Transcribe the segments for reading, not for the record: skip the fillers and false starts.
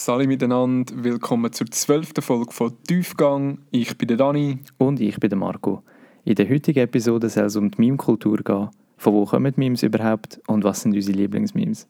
Salut miteinander, willkommen zur 12. Folge von Tiefgang. Ich bin der Dani. Und ich bin der Marco. In der heutigen Episode soll es um die Meme-Kultur gehen. Von wo kommen Memes überhaupt und was sind unsere Lieblingsmemes?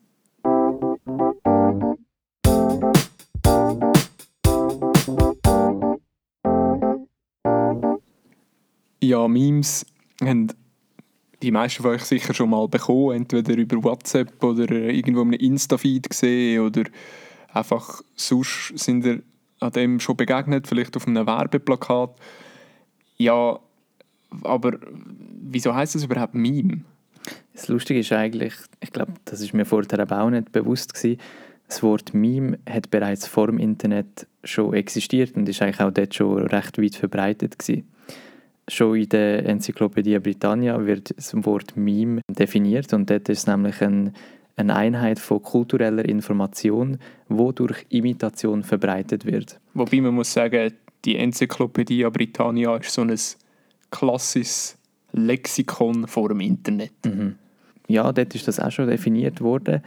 Ja, Memes haben die meisten von euch sicher schon mal bekommen, entweder über WhatsApp oder irgendwo in einem Insta-Feed gesehen oder einfach sonst sind ihr an dem schon begegnet, vielleicht auf einem Werbeplakat. Ja, aber wieso heisst das überhaupt Meme? Das Lustige ist eigentlich, ich glaube, das ist mir vorher aber auch nicht bewusst gewesen, das Wort Meme hat bereits vor dem Internet schon existiert und ist eigentlich auch dort schon recht weit verbreitet gewesen. Schon in der Enzyklopädie Britannia wird das Wort Meme definiert und dort ist es nämlich eine Einheit von kultureller Information, die durch Imitation verbreitet wird. Wobei man muss sagen, die Enzyklopädie Britannia ist so ein klassisches Lexikon vor dem Internet. Ja, dort ist das auch schon definiert worden.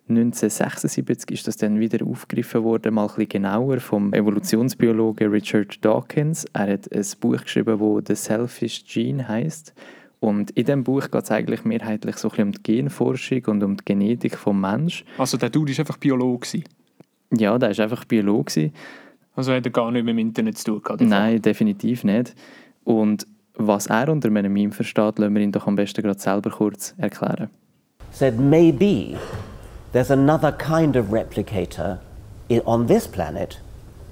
1976 ist das dann wieder aufgegriffen worden, mal ein bisschen genauer, vom Evolutionsbiologen Richard Dawkins. Er hat ein Buch geschrieben, das «The Selfish Gene» heisst. Und in diesem Buch geht es eigentlich mehrheitlich so ein bisschen um die Genforschung und um die Genetik des Menschen. Also der Dude war einfach Biologe? Ja, der war einfach Biologe. Also hat er gar nicht mit dem Internet zu tun gehabt? Nein, definitiv nicht. Und was er unter einem Meme versteht, lassen wir ihn doch am besten gerade selber kurz erklären. Said maybe there's another kind of replicator on this planet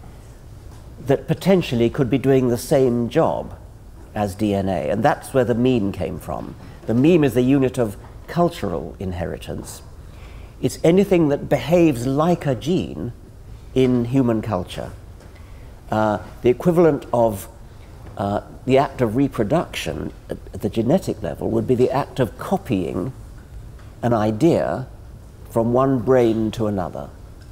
that potentially could be doing the same job as DNA. And that's where the meme came from. The meme is the unit of cultural inheritance. It's anything that behaves like a gene in human culture. The equivalent of the act of reproduction at the genetic level would be the act of copying an idea from one brain to another.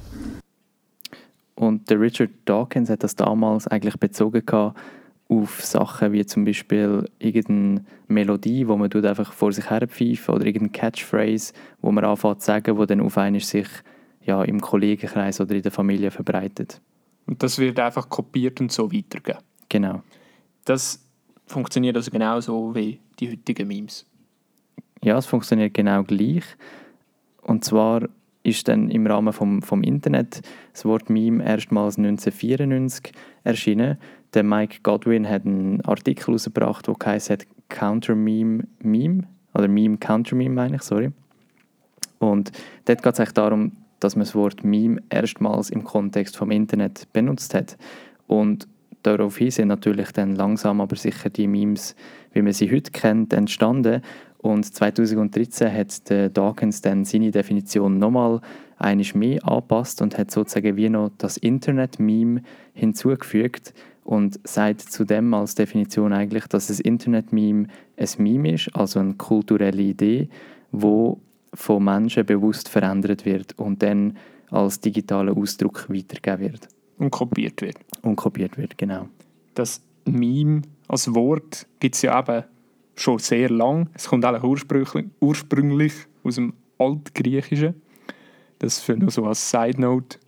Und der Richard Dawkins hat das damals eigentlich bezogen auf Sachen wie zum Beispiel irgendeine Melodie, wo man einfach vor sich her pfeift oder irgendeine Catchphrase, wo man anfängt zu sagen, wo dann auf einmal sich ja, im Kollegenkreis oder in der Familie verbreitet. Und das wird einfach kopiert und so weitergegeben? Genau. Das funktioniert also genauso wie die heutigen Memes? Ja, es funktioniert genau gleich. Und zwar ist dann im Rahmen vom Internet das Wort Meme erstmals 1994 erschienen. Der Mike Godwin hat einen Artikel herausgebracht, der heisst Counter-Meme, oder Meme-Counter-Meme meine ich, sorry. Und dort geht es eigentlich darum, dass man das Wort Meme erstmals im Kontext vom Internet benutzt hat. Und daraufhin sind natürlich dann langsam aber sicher die Memes, wie man sie heute kennt, entstanden. Und 2013 hat der Dawkins dann seine Definition nochmal einmal mehr angepasst und hat sozusagen wie noch das Internet-Meme hinzugefügt und sagt zudem als Definition eigentlich, dass das Internet-Meme ein Meme ist, also eine kulturelle Idee, die von Menschen bewusst verändert wird und dann als digitaler Ausdruck weitergegeben wird. Und kopiert wird. Und kopiert wird, genau. Das Meme als Wort gibt es ja eben schon sehr lang. Es kommt eigentlich ursprünglich aus dem Altgriechischen. Das für nur so als Side Note.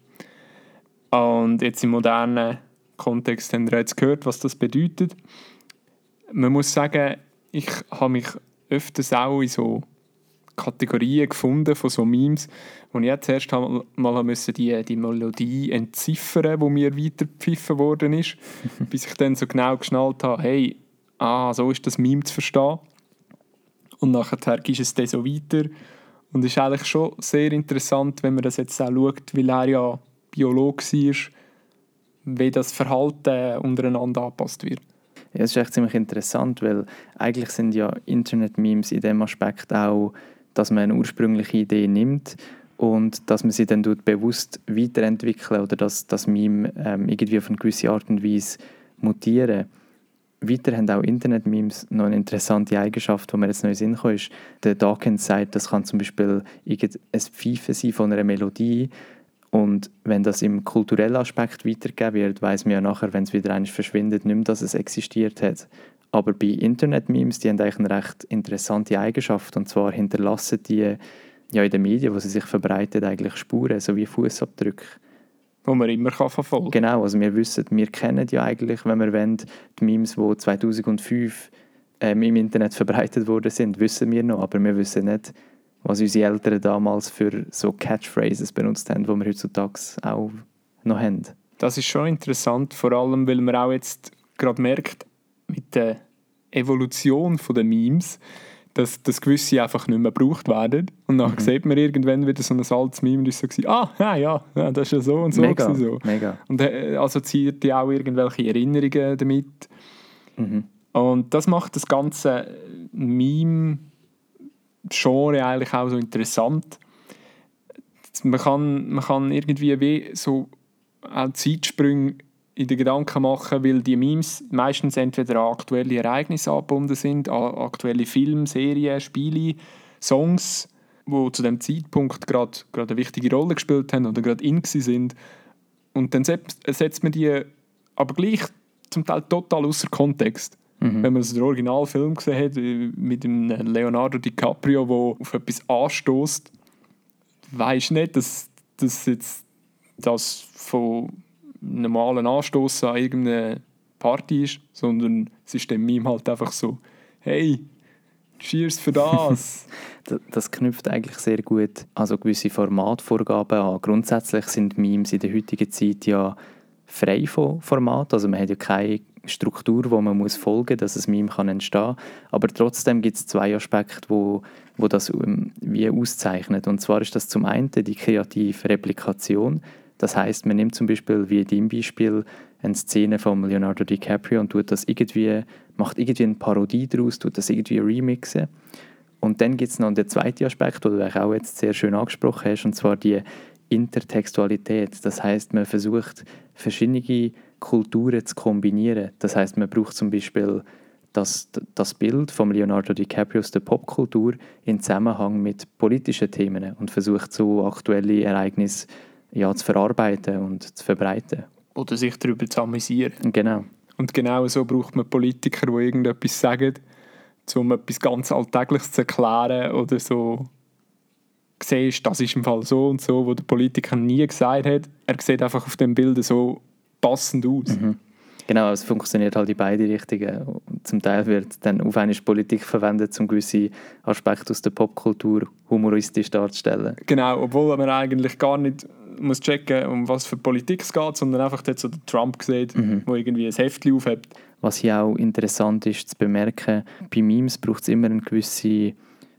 Und jetzt im modernen Kontext haben wir jetzt gehört, was das bedeutet. Man muss sagen, ich habe mich öfters auch in so Kategorien gefunden von so Memes, wo ich jetzt erst mal musste die Melodie entziffern, die mir weitergepfiffen worden ist, bis ich dann so genau geschnallt habe, hey, so ist das Meme zu verstehen. Und nachher geht es dann so weiter. Und es ist eigentlich schon sehr interessant, wenn man das jetzt auch schaut, weil er ja Biologe war, wie das Verhalten untereinander angepasst wird. Ja, das ist echt ziemlich interessant, weil eigentlich sind ja Internet-Memes in dem Aspekt auch, dass man eine ursprüngliche Idee nimmt und dass man sie dann bewusst weiterentwickeln oder dass das Meme irgendwie auf eine gewisse Art und Weise mutieren. Weiter haben auch Internet-Memes noch eine interessante Eigenschaft, die mir jetzt noch in den Sinn kam, ist, der Dawkins sagt, das kann zum Beispiel ein Pfeifen sein von einer Melodie und wenn das im kulturellen Aspekt weitergegeben wird, weiss man ja nachher, wenn es wieder einmal verschwindet, nicht mehr, dass es existiert hat. Aber bei Internet-Memes, die haben eigentlich eine recht interessante Eigenschaft und zwar hinterlassen die ja in den Medien, wo sie sich verbreiten, eigentlich Spuren, so wie Fußabdrücke. wo man immer verfolgen kann. Genau, also wir kennen ja eigentlich, wenn wir wollen, die Memes, die 2005 im Internet verbreitet worden sind, wissen wir noch, aber wir wissen nicht, was unsere Eltern damals für so Catchphrases benutzt haben, die wir heutzutage auch noch haben. Das ist schon interessant, vor allem, weil man auch jetzt gerade merkt, mit der Evolution der Memes, dass gewisse einfach nicht mehr gebraucht werden. Und dann sieht man irgendwann wieder so ein altes Meme und ist so, ja, das ist ja so und so. Mega, so. mega. Und assoziiert die auch irgendwelche Erinnerungen damit. Mhm. Und das macht das ganze Meme-Genre eigentlich auch so interessant. Man kann irgendwie wie so auch Zeitsprünge in den Gedanken machen, weil die Memes meistens entweder an aktuelle Ereignisse angebunden sind, an aktuelle Filme, Serien, Spiele, Songs, die zu dem Zeitpunkt gerade eine wichtige Rolle gespielt haben oder gerade in sind. Und dann setzt man die aber gleich zum Teil total außer Kontext. Wenn man den Originalfilm gesehen hat, mit dem Leonardo DiCaprio, der auf etwas anstößt, weisst nicht, dass jetzt das von normalen Anstoß an irgendeine Party ist, sondern es ist dem Meme halt einfach so, hey, cheers für das. Das knüpft eigentlich sehr gut an so gewisse Formatvorgaben an. Grundsätzlich sind Memes in der heutigen Zeit ja frei von Format, also man hat ja keine Struktur, wo man muss folgen muss, dass ein Meme entstehen kann. Aber trotzdem gibt es zwei Aspekte, wo das wie auszeichnet. Und zwar ist das zum einen die kreative Replikation. Das heisst, man nimmt zum Beispiel, wie in deinem Beispiel, eine Szene von Leonardo DiCaprio und macht irgendwie eine Parodie daraus, tut das irgendwie remixen. Und dann gibt es noch den zweiten Aspekt, den du auch jetzt sehr schön angesprochen hast, und zwar die Intertextualität. Das heisst, man versucht, verschiedene Kulturen zu kombinieren. Das heisst, man braucht zum Beispiel das Bild von Leonardo DiCaprio aus der Popkultur in Zusammenhang mit politischen Themen und versucht so aktuelle Ereignisse zu verarbeiten und zu verbreiten. Oder sich darüber zu amüsieren. Genau. Und genau so braucht man Politiker, die irgendetwas sagen, um etwas ganz Alltägliches zu erklären oder so. Siehst, das ist im Fall so und so, wo der Politiker nie gesagt hat. Er sieht einfach auf den Bildern so passend aus. Genau, es funktioniert halt in beide Richtungen. Zum Teil wird dann auf einmal Politik verwendet, um gewisse Aspekte aus der Popkultur humoristisch darzustellen. Genau, obwohl man eigentlich gar nicht muss checken, um was für Politik es geht, sondern einfach dort so den Trump sieht, wo irgendwie ein Heftchen aufhebt. Was hier auch interessant ist zu bemerken, bei Memes braucht es immer einen gewissen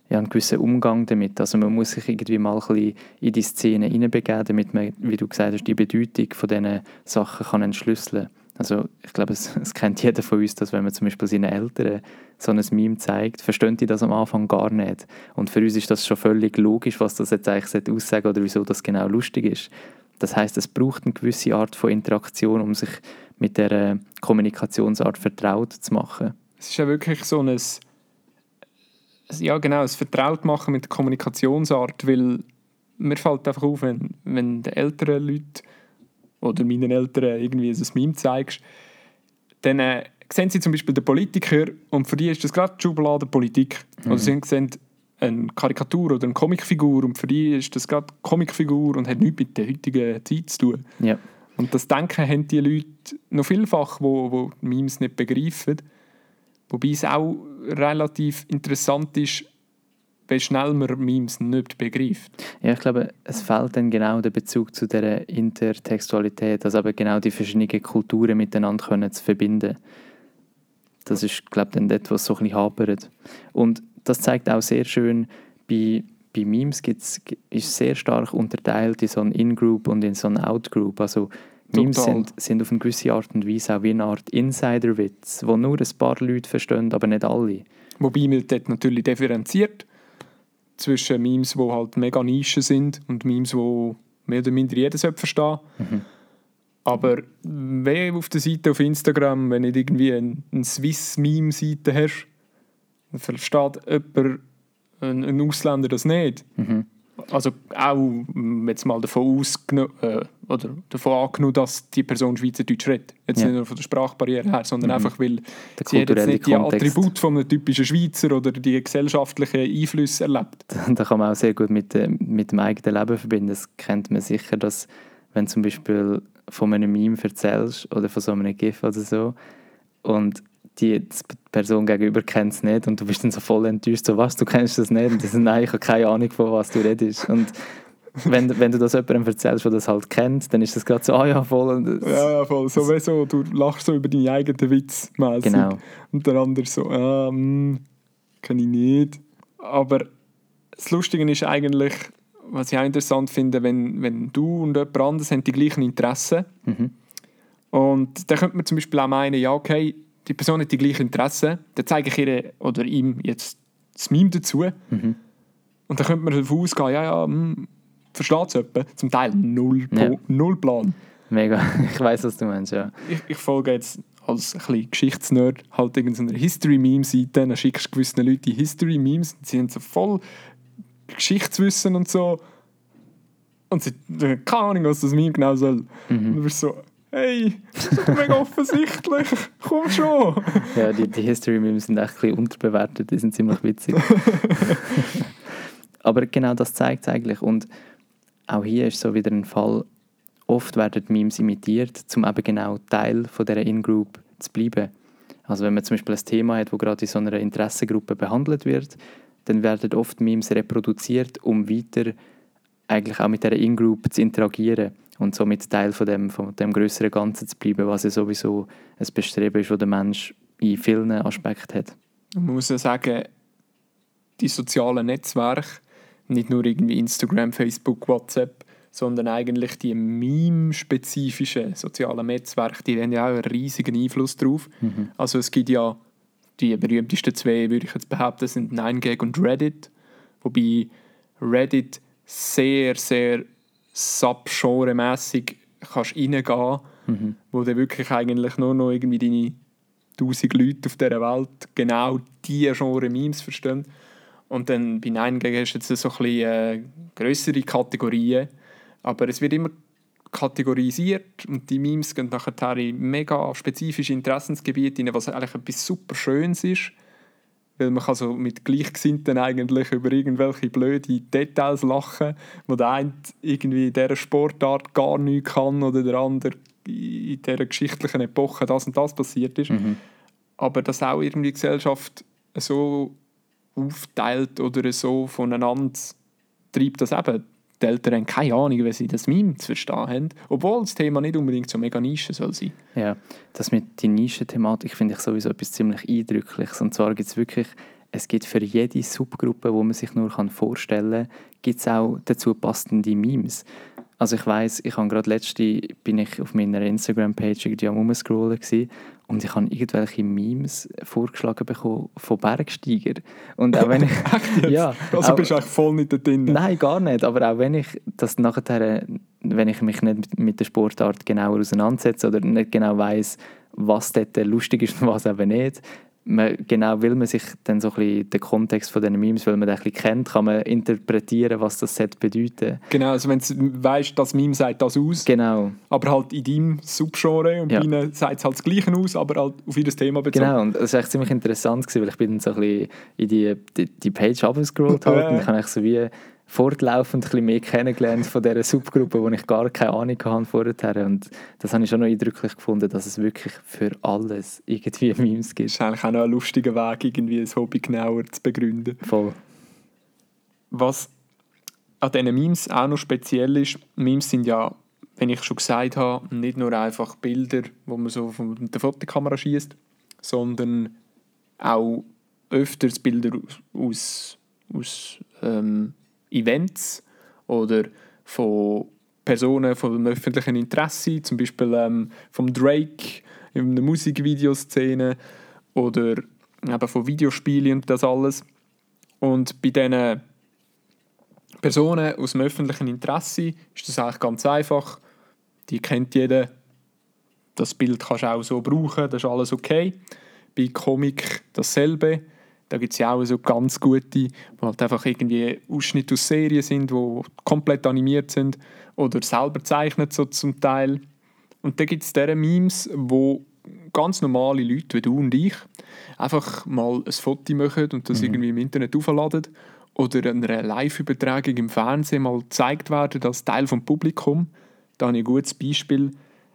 Umgang damit. Also man muss sich irgendwie mal ein bisschen in die Szene hineinbegeben, damit man, wie du gesagt hast, die Bedeutung von diesen Sachen kann entschlüsseln kann. Also ich glaube, es kennt jeder von uns, dass wenn man zum Beispiel seinen Eltern so ein Meme zeigt, verstehen die das am Anfang gar nicht. Und für uns ist das schon völlig logisch, was das jetzt eigentlich aussagen oder wieso das genau lustig ist. Das heisst, es braucht eine gewisse Art von Interaktion, um sich mit dieser Kommunikationsart vertraut zu machen. Es ist ja wirklich so ein Vertrautmachen mit der Kommunikationsart, weil mir fällt einfach auf, wenn die älteren Leute oder meinen Eltern irgendwie ein Meme zeigst, dann sehen sie zum Beispiel den Politiker und für die ist das gerade die Schublade Politik. Oder sie sehen eine Karikatur oder eine Comicfigur und für die ist das gerade Comicfigur und hat nichts mit der heutigen Zeit zu tun. Ja. Und das Denken haben die Leute noch vielfach, wo Memes nicht begreifen. Wobei es auch relativ interessant ist, wie schnell man Memes nicht begreift. Ja, ich glaube, es fehlt dann genau der Bezug zu dieser Intertextualität, also aber genau die verschiedenen Kulturen miteinander können zu verbinden. Das ist, glaube ich, dann dort, was so ein bisschen hapert. Und das zeigt auch sehr schön, bei Memes ist sehr stark unterteilt in so eine In-Group und in so eine Out-Group. Also Memes sind auf eine gewisse Art und Weise auch wie eine Art Insider-Witz, wo nur ein paar Leute verstehen, aber nicht alle. Wobei man dort natürlich differenziert zwischen Memes, die halt mega Nischen sind und Memes, die mehr oder minder jeder verstehen sollte. Aber wenn auf der Seite auf Instagram, wenn du irgendwie eine Swiss-Meme-Seite hast, dann versteht jemand, ein Ausländer, das nicht. Also auch jetzt mal davon angenommen, dass die Person Schweizerdeutsch redet. Jetzt nicht nur von der Sprachbarriere her, sondern einfach, weil sie hat jetzt nicht die Attribute von einem typischen Schweizer oder die gesellschaftlichen Einflüsse erlebt. Da kann man auch sehr gut mit dem eigenen Leben verbinden. Das kennt man sicher, dass wenn du zum Beispiel von einem Meme erzählst oder von so einem GIF oder so und die Person gegenüber kennt es nicht und du bist dann so voll enttäuscht, so was, du kennst das nicht? Und die sagen, nein, ich habe keine Ahnung, von was du redest. Und wenn du das jemandem erzählst, der das halt kennt, dann ist das gerade so, ja, voll. Und ja, voll. Sowieso, du lachst so über deine eigenen Witze mässig. Genau. Und der andere so, kenne ich nicht. Aber das Lustige ist eigentlich, was ich auch interessant finde, wenn du und jemand anderes haben die gleichen Interessen. Und dann könnte man zum Beispiel auch meinen, ja, okay, die Person hat die gleichen Interessen, dann zeige ich ihr oder ihm jetzt das Meme dazu. Und dann könnte man davon ausgehen, versteht es jemand? Zum Teil null Plan. Mega, ich weiss, was du meinst, ja. Ich folge jetzt als ein bisschen Geschichtsnerd halt irgendeiner History-Meme-Seite, dann schickst du gewissen Leuten die History-Memes und sie haben so voll Geschichtswissen und so. Und sie haben keine Ahnung, was das Meme genau soll. Und du bist so, hey, das ist doch mega offensichtlich, komm schon. Ja, die History-Memes sind echt ein bisschen unterbewertet, die sind ziemlich witzig. Aber genau das zeigt es eigentlich. Und auch hier ist so wieder ein Fall, oft werden Memes imitiert, um eben genau Teil von dieser In-Group zu bleiben. Also wenn man zum Beispiel ein Thema hat, das gerade in so einer Interessengruppe behandelt wird, dann werden oft Memes reproduziert, um weiter eigentlich auch mit dieser In-Group zu interagieren und somit Teil von dem grösseren Ganzen zu bleiben, was ja sowieso ein Bestreben ist, das der Mensch in vielen Aspekten hat. Man muss ja sagen, die sozialen Netzwerke, nicht nur irgendwie Instagram, Facebook, WhatsApp, sondern eigentlich die meme-spezifischen sozialen Netzwerke, die haben ja auch einen riesigen Einfluss drauf. Also es gibt ja die berühmtesten zwei, würde ich jetzt behaupten, sind 9gag und Reddit. Wobei Reddit sehr, sehr subgenre-mässig kannst reingehen, wo du wirklich eigentlich nur noch irgendwie deine 1000 Leute auf dieser Welt genau diese Genre-Memes verstehen. Und dann bei 9gag hast du jetzt so ein bisschen grössere Kategorien, aber es wird immer kategorisiert und die Memes gehen nachher in mega spezifische Interessensgebiete, was eigentlich etwas super Schönes ist, weil man kann so mit Gleichgesinnten eigentlich über irgendwelche blöde Details lachen, wo der eine irgendwie in dieser Sportart gar nichts kann oder der andere in dieser geschichtlichen Epoche das und das passiert ist. Aber dass auch irgendwie die Gesellschaft so aufteilt oder so voneinander treibt, das eben die Eltern haben keine Ahnung, wie sie das Meme zu verstehen haben, obwohl das Thema nicht unbedingt so mega Nische soll sein. Ja, das mit der Nischenthematik finde ich sowieso etwas ziemlich Eindrückliches. Und zwar gibt es wirklich, es gibt für jede Subgruppe, wo man sich nur vorstellen kann, gibt es auch dazu passende Memes. Also ich weiss, ich habe gerade bin ich auf meiner Instagram-Page irgendwie am Rumscrollen gewesen, und ich habe irgendwelche Memes vorgeschlagen bekommen von Bergsteigern. Und auch wenn ich... Echt jetzt? Ja, also auch, bist du eigentlich voll nicht da drin? Nein, gar nicht. Aber auch wenn ich das nachher, wenn ich mich nicht mit der Sportart genauer auseinandersetze oder nicht genau weiss, was dort lustig ist und was eben nicht, genau, weil man sich dann so ein bisschen den Kontext von diesen Memes, weil man den ein bisschen kennt, kann man interpretieren, was das bedeuten. Genau, also wenn du weißt, das Meme sagt das aus, genau, aber halt in deinem Subgenre und bei ihnen sagt es halt das Gleiche aus, aber halt auf jedes Thema bezogen. Genau, und das war echt ziemlich interessant, weil ich bin dann so ein bisschen in die Page runtergescrollt halt, und ich habe so wie fortlaufend ein bisschen mehr kennengelernt von dieser Subgruppe, wo ich gar keine Ahnung hatte vorher. Und das habe ich schon noch eindrücklich gefunden, dass es wirklich für alles irgendwie Memes gibt. Das ist eigentlich auch noch ein lustiger Weg, irgendwie ein Hobby genauer zu begründen. Voll. Was an diesen Memes auch noch speziell ist, Memes sind ja, wenn ich schon gesagt habe, nicht nur einfach Bilder, wo man so von der Fotokamera schießt, sondern auch öfters Bilder aus Events oder von Personen von öffentlichem Interesse, zum Beispiel vom Drake in einer Musikvideoszene oder eben von Videospielen und das alles. Und bei diesen Personen aus dem öffentlichen Interesse ist das eigentlich ganz einfach. Die kennt jeder. Das Bild kannst du auch so brauchen, das ist alles okay. Bei Comic dasselbe. Da gibt es ja auch so ganz gute, wo halt einfach irgendwie Ausschnitte aus Serien sind, die komplett animiert sind oder selber zeichnet so zum Teil. Und dann gibt es diese Memes, wo ganz normale Leute wie du und ich einfach mal ein Foto machen und das irgendwie im Internet aufladen oder einer Live-Übertragung im Fernsehen mal gezeigt werden als Teil vom Publikum. Da habe ich ein gutes Beispiel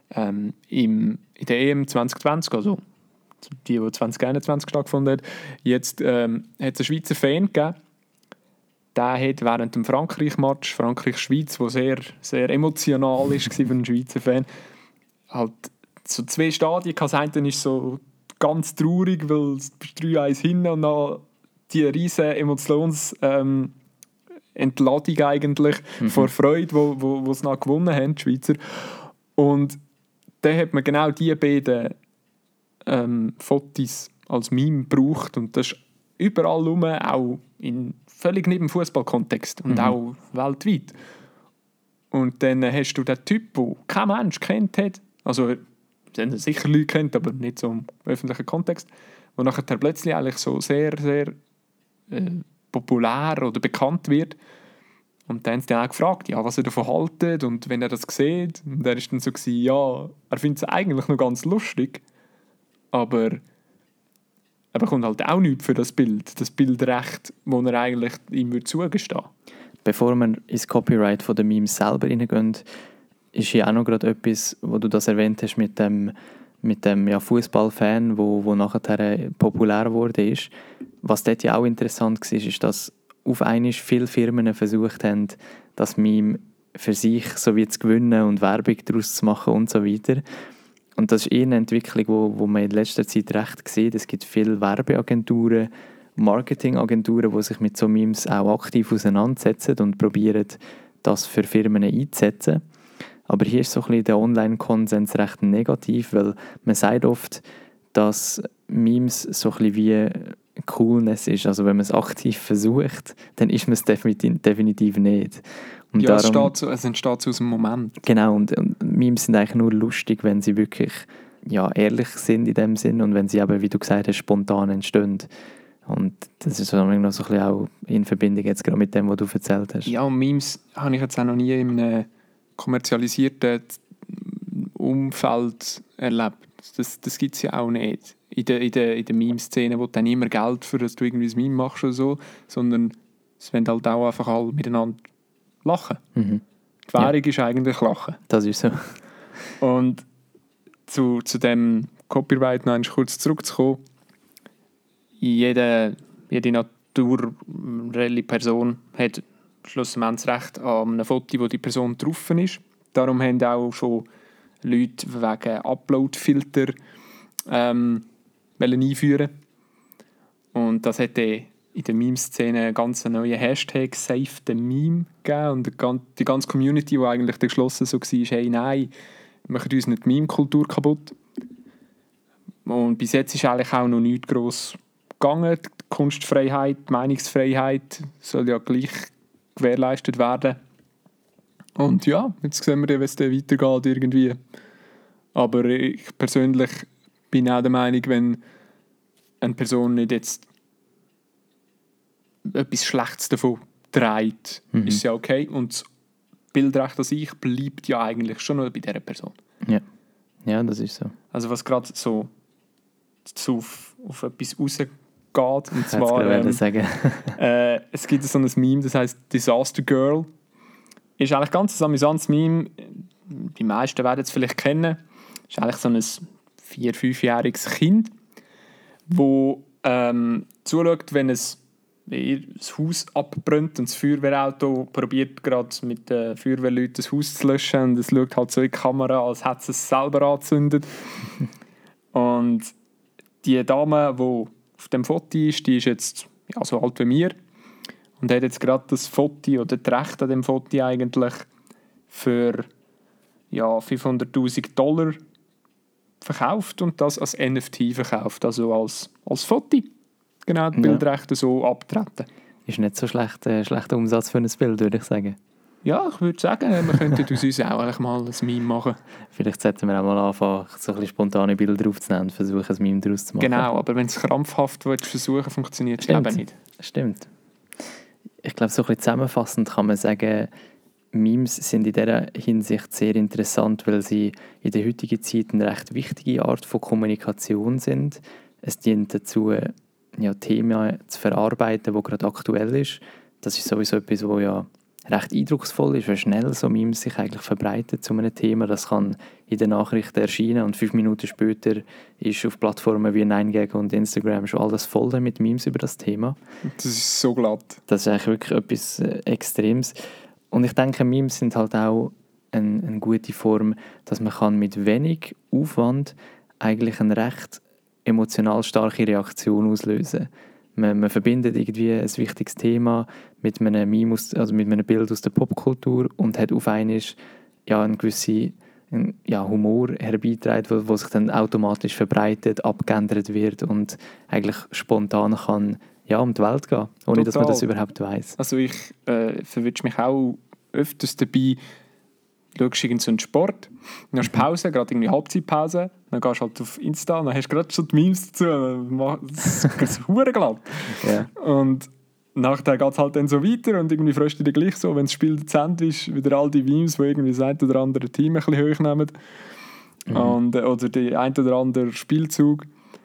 in der EM 2020, also die 2021 stattgefunden hat. Jetzt hat es einen Schweizer Fan gegeben, der hat während dem Frankreich-Match, Frankreich-Schweiz, der sehr, sehr emotional war für einen Schweizer Fan, halt so 2 Stadien gehabt. Das eine ist so ganz traurig, weil es 3-1 hinten und dann die riesige Entladung eigentlich vor Freude, wo sie noch gewonnen haben, die Schweizer. Und dann hat man genau diese beiden Fotos als Meme gebraucht und das ist überall rum, auch völlig nicht im Fußballkontext und auch weltweit. Und dann hast du den Typ, den kein Mensch kennt hat, also sicher Leute kennt, aber nicht so im öffentlichen Kontext, wo nachher plötzlich eigentlich so sehr, sehr populär oder bekannt wird. Und dann haben sie dann auch gefragt, ja, was er davon haltet und wenn er das sieht. Und er war dann so, ja, er findet es eigentlich noch ganz lustig, aber er bekommt halt auch nichts für das Bildrecht, das er eigentlich ihm zugestehen würde. Bevor wir ins Copyright von den Memes selber reingehen, ist hier auch noch gerade etwas, wo du das erwähnt hast mit dem ja, Fußballfan, wo nachher populär wurde ist. Was dort ja auch interessant war, ist, dass auf einmal viele Firmen versucht haben, das Meme für sich so wie zu gewinnen und Werbung daraus zu machen und so weiter. Und das ist eine Entwicklung, wo man in letzter Zeit recht sieht. Es gibt viele Werbeagenturen, Marketingagenturen, die sich mit so Memes auch aktiv auseinandersetzen und probieren, das für Firmen einzusetzen. Aber hier ist so ein bisschen der Online-Konsens recht negativ, weil man sagt oft, dass Memes so ein bisschen wie Coolness ist. Also wenn man es aktiv versucht, dann ist man es definitiv nicht. Und ja, darum, es entsteht so aus dem Moment. Genau, und Memes sind eigentlich nur lustig, wenn sie wirklich ja, ehrlich sind in dem Sinn und wenn sie eben, wie du gesagt hast, spontan entstehen. Und das ist noch so ein bisschen auch in Verbindung jetzt gerade mit dem, was du erzählt hast. Ja, und Memes habe ich jetzt auch noch nie in einem kommerzialisierten Umfeld erlebt. Das gibt es ja auch nicht. In der Meme-Szene, wo du dann immer Geld für, dass du irgendwie ein Meme machst oder so, sondern es wollen halt auch einfach alle miteinander lachen. Die Währung ist eigentlich Lachen. Das ist so. Und zu dem Copyright noch kurz zurückzukommen. Jede naturelle Person hat schlussendlich das Recht an einem Foto, wo die Person drauf ist. Darum haben auch schon Leute wegen Upload-Filter einführen. Und das hat in der Meme-Szene einen ganz neuen Hashtag Save the Meme gegeben. Und die ganze Community, die eigentlich geschlossen so war, hey, nein, wir machen uns nicht die Meme-Kultur kaputt. Und bis jetzt ist eigentlich auch noch nichts gross gegangen. Die Kunstfreiheit, die Meinungsfreiheit soll ja gleich gewährleistet werden. Und ja, jetzt sehen wir, wie es dann weitergeht irgendwie. Aber ich persönlich bin auch der Meinung, wenn eine Person nicht jetzt etwas Schlechtes davon trägt, ist es ja okay. Und das Bildrecht an sich bleibt ja eigentlich schon noch bei dieser Person. Ja, das ist so. Also was gerade so auf etwas rausgeht, und zwar es gibt so ein Meme, das heisst Disaster Girl. Ist eigentlich ganz ein amüsantes Meme. Die meisten werden es vielleicht kennen. Ist eigentlich so ein 4-5-jähriges Kind, das zuschaut, wenn das Haus abbrennt und das Feuerwehrauto probiert gerade mit den Feuerwehrleuten das Haus zu löschen und es schaut halt so in die Kamera, als hätte es selber angezündet. Und die Dame, die auf dem Foto ist, die ist jetzt so alt wie mir und hat jetzt gerade das Foto oder das Recht an dem Foto eigentlich für $500.000 verkauft und das als NFT verkauft, also als Foto. Genau, die Bildrechte so abtreten. Ist nicht so schlechter Umsatz für ein Bild, würde ich sagen. Ja, ich würde sagen, wir könnten aus uns auch eigentlich mal ein Meme machen. Vielleicht sollten wir auch mal anfangen, so ein bisschen spontane Bilder aufzunehmen und versuchen, ein Meme daraus zu machen. Genau, aber wenn es krampfhaft versuchen funktioniert es eben nicht. Stimmt. Ich glaube, so ein bisschen zusammenfassend kann man sagen, Memes sind in dieser Hinsicht sehr interessant, weil sie in der heutigen Zeit eine recht wichtige Art von Kommunikation sind. Es dient dazu, Themen zu verarbeiten, die gerade aktuell ist. Das ist sowieso etwas, wo ja recht eindrucksvoll ist, wie schnell so Memes sich eigentlich verbreiten zu einem Thema. Das kann in den Nachrichten erscheinen und 5 Minuten später ist auf Plattformen wie 9gag und Instagram schon alles voll mit Memes über das Thema. Das ist so glatt. Das ist eigentlich wirklich etwas Extremes. Und ich denke, Memes sind halt auch eine gute Form, dass man kann mit wenig Aufwand eigentlich eine recht emotional starke Reaktion auslösen kann. Man verbindet irgendwie ein wichtiges Thema mit einem Meme mit einem Bild aus der Popkultur und hat auf einmal einen gewissen Humor herbeitragen, wo sich dann automatisch verbreitet, abgeändert wird und eigentlich spontan kann um die Welt gehen, ohne dass man das überhaupt weiss. Also ich verwünsche mich auch öfters dabei, schaust du so einen Sport, dann hast du Pause, gerade irgendwie Halbzeitpause, dann gehst du halt auf Insta, dann hast du gerade schon die Memes dazu, das ist verdammt glatt. Yeah. Und nachher geht es halt dann so weiter und irgendwie freust du dich gleich so, wenn das Spiel zu Ende ist, wieder all die Memes, die irgendwie das ein oder andere Team ein bisschen hochnehmen und, oder der ein oder andere Spielzug.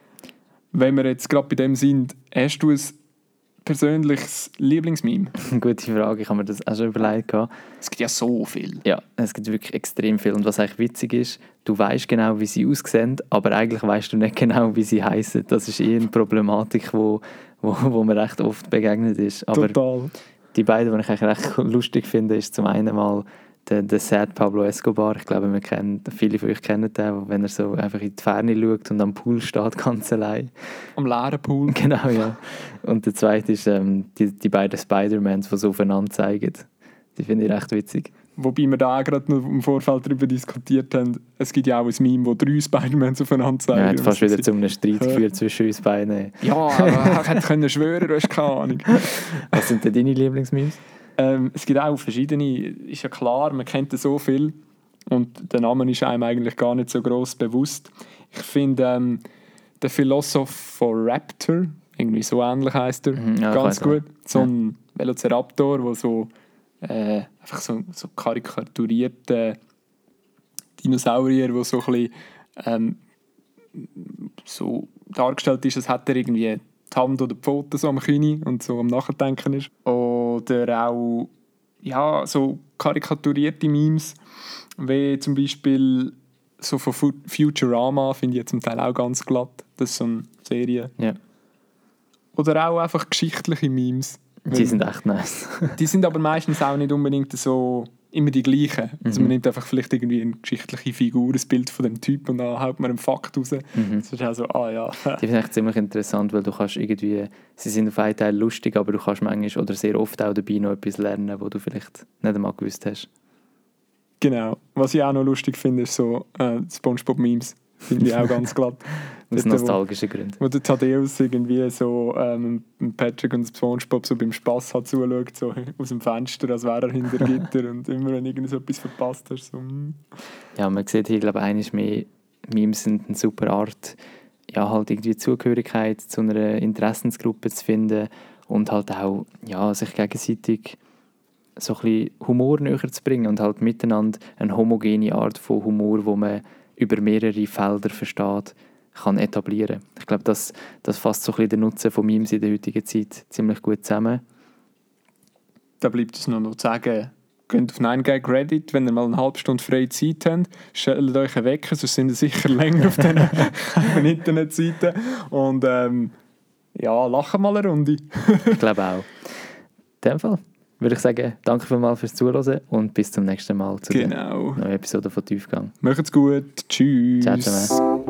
Wenn wir jetzt gerade bei dem sind, hast du ein persönliches Lieblingsmeme? Gute Frage, ich habe mir das auch schon überlegt. Es gibt ja so viel. Ja, es gibt wirklich extrem viel. Und was eigentlich witzig ist, du weißt genau, wie sie aussehen, aber eigentlich weißt du nicht genau, wie sie heißen. Das ist eher eine Problematik, wo mir recht oft begegnet ist. Aber Total. Die beiden, die ich eigentlich recht lustig finde, ist zum einen mal der Sad Pablo Escobar. Ich glaube, viele von euch kennen den, wenn er so einfach in die Ferne schaut und am Pool steht, ganz allein. Am leeren Pool. Genau, ja. Und der zweite ist die beiden Spider-Mans, die so aufeinander zeigen. Die finde ich recht witzig. Wobei wir da auch gerade noch im Vorfeld darüber diskutiert haben, es gibt ja auch ein Meme, wo 3 Spider-Mans aufeinander zeigen. Ja, hat fast wieder zu einem Streit geführt zwischen uns beiden. Ja, aber ich hätte schwören, du hast keine Ahnung. Was sind denn deine Lieblingsmemes? Es gibt auch verschiedene, ist ja klar, man kennt so viel und der Name ist einem eigentlich gar nicht so gross bewusst. Ich finde der Philosopher-Raptor, irgendwie so ähnlich heisst er, ja, ganz gut. So ein Velociraptor, der so einfach so karikaturierte Dinosaurier, wo so ein bisschen so dargestellt ist, als hätte er irgendwie die Hand oder die Pfoten so am Kinn und so am Nachdenken ist. Oder auch so karikaturierte Memes, wie zum Beispiel so von Futurama, finde ich zum Teil auch ganz glatt. Das ist so eine Serie. Ja. Oder auch einfach geschichtliche Memes. Die sind echt nice. Die sind aber meistens auch nicht unbedingt so immer die gleichen. Also man nimmt einfach vielleicht irgendwie eine geschichtliche Figur, ein Bild von dem Typ und dann haut man einen Fakt raus. Das ist auch so, Die finde ich ziemlich interessant, weil du kannst irgendwie, sie sind auf einen Teil lustig, aber du kannst manchmal oder sehr oft auch dabei noch etwas lernen, wo du vielleicht nicht einmal gewusst hast. Genau. Was ich auch noch lustig finde, ist so SpongeBob-Memes. Finde ich auch ganz glatt. Aus nostalgischen Gründen. Wo der Thaddeus irgendwie so Patrick und SpongeBob so beim Spass hat zuschaut, so aus dem Fenster, als wäre er hinter Gitter und immer, wenn irgend so etwas verpasst hast, so... Ja, man sieht hier, glaube ich, eines mehr, Memes sind eine super Art, halt irgendwie Zugehörigkeit zu einer Interessensgruppe zu finden und halt auch, sich gegenseitig so ein bisschen Humor näher zu bringen und halt miteinander eine homogene Art von Humor, wo man über mehrere Felder versteht, kann etablieren. Ich glaube, das fasst so ein bisschen den Nutzen von Memes in der heutigen Zeit ziemlich gut zusammen. Da bleibt es noch zu sagen, geht auf 9gag Reddit, wenn ihr mal eine halbe Stunde freie Zeit habt, stellt euch einen Wecker, sonst sind ihr sicher länger auf diesen Internetseiten. Und lachen mal eine Runde. Ich glaube auch. In dem Fall würde ich sagen, danke vielmals fürs Zuhören und bis zum nächsten Mal zu der neuen Episode von Tiefgang. Macht's gut. Tschüss. Ciao zusammen.